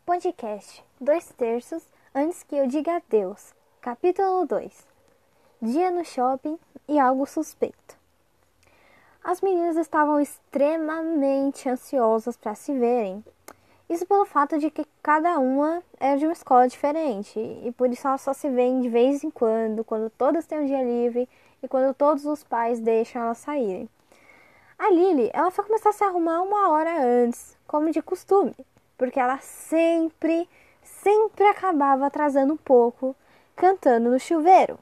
Podcast 2/3 antes que eu diga adeus. Capítulo 2. Dia no shopping e algo suspeito. As meninas estavam extremamente ansiosas para se verem. Isso pelo fato de que cada uma é de uma escola diferente e por isso elas só se veem de vez em quando todas têm um dia livre e quando todos os pais deixam elas saírem. A Lily, ela foi começar a se arrumar 1 hora antes, como de costume, porque ela sempre acabava atrasando um pouco, cantando no chuveiro.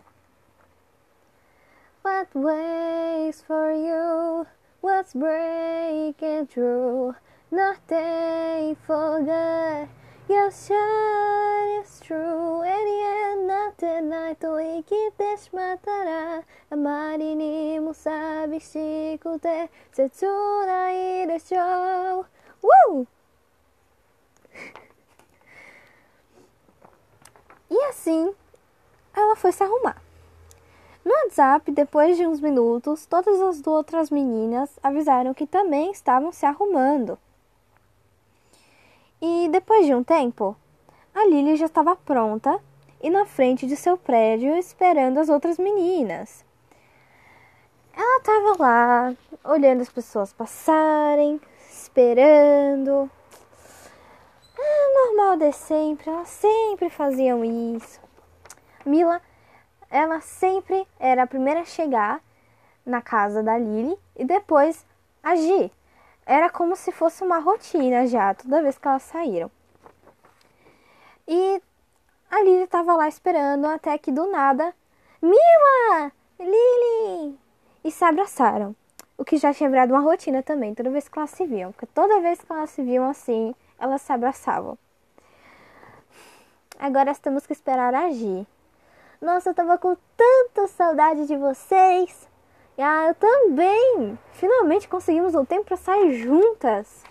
What waits for you? What's breaking through? Nothing for good. Your shine is true. And yet nothing night to wake it desmatara. あまりにも寂しくて切ないでしょう。E assim, ela foi se arrumar. No WhatsApp, depois de uns minutos, todas as outras meninas avisaram que também estavam se arrumando. E depois de um tempo, a Lily já estava pronta e na frente de seu prédio esperando as outras meninas. Ela estava lá, olhando as pessoas passarem, esperando. Normal de sempre, elas sempre faziam isso. Mila, ela sempre era a primeira a chegar na casa da Lily e depois agir. Era como se fosse uma rotina já, toda vez que elas saíram. E a Lily estava lá esperando até que do nada, Mila! Lily! E se abraçaram. O que já tinha virado uma rotina também, toda vez que elas se viam. Porque toda vez que elas se viam assim, elas se abraçavam. Agora temos que esperar agir. Nossa, eu tava com tanta saudade de vocês. Eu também. Finalmente conseguimos um tempo para sair juntas.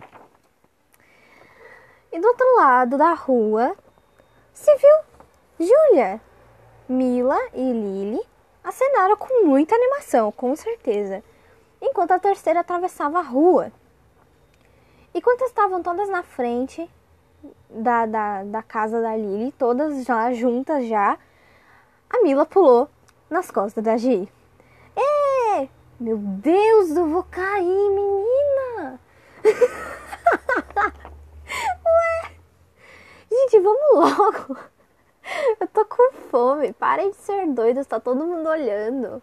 E do outro lado da rua, se viu Júlia. Mila e Lily acenaram com muita animação, com certeza. Enquanto a terceira atravessava a rua. Enquanto estavam todas na frente da casa da Lily, todas já juntas já, a Mila pulou nas costas da Gi. Meu Deus, eu vou cair, menina! Ué! Gente, vamos logo! Eu tô com fome, parem de ser doidos, tá todo mundo olhando.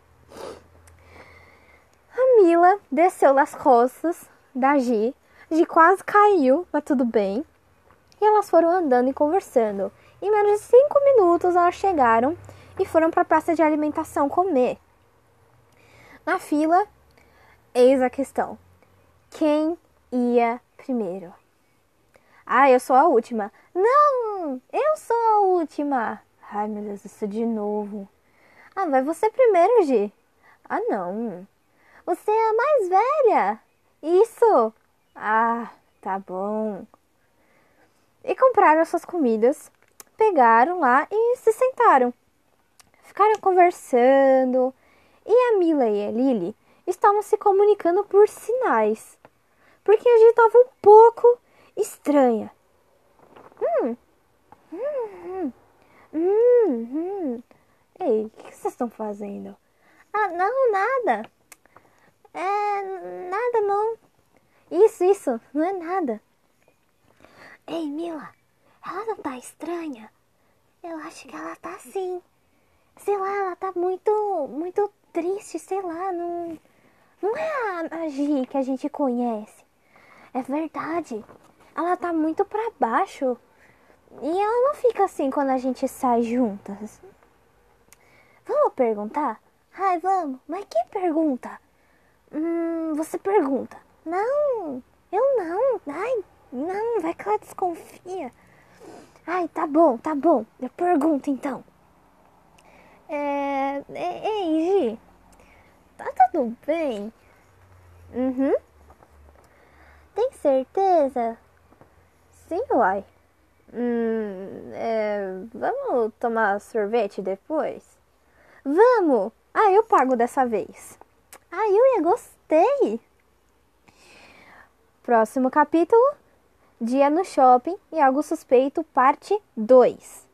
A Mila desceu das costas da Gi. Gi quase caiu, mas tudo bem. E elas foram andando e conversando. Em menos de 5 minutos elas chegaram e foram para a praça de alimentação comer. Na fila, eis a questão. Quem ia primeiro? Eu sou a última. Não, eu sou a última. Ai, meu Deus, isso de novo. Vai você primeiro, Gi. Não. Você é a mais velha. Isso. Tá bom. E compraram as suas comidas, pegaram lá e se sentaram. Ficaram conversando. E a Mila e a Lily estavam se comunicando por sinais. Porque a gente estava um pouco estranha. Ei, o que vocês estão fazendo? Não, nada. Nada não. Isso, não é nada. Ei, Mila, ela não tá estranha? Eu acho que ela tá sim. Sei lá, ela tá muito triste, sei lá, não é a Gi que a gente conhece. É verdade, ela tá muito pra baixo. E ela não fica assim quando a gente sai juntas. Vamos perguntar? Vamos, mas que pergunta? Você pergunta. Não, eu não, não, vai que ela desconfia. Tá bom, eu pergunto então. Ei, Gi, tá tudo bem? Tem certeza? Sim, uai. Vamos tomar sorvete depois? Vamos! Eu pago dessa vez. Eu gostei! Próximo capítulo. Dia no Shopping e Algo Suspeito, parte 2.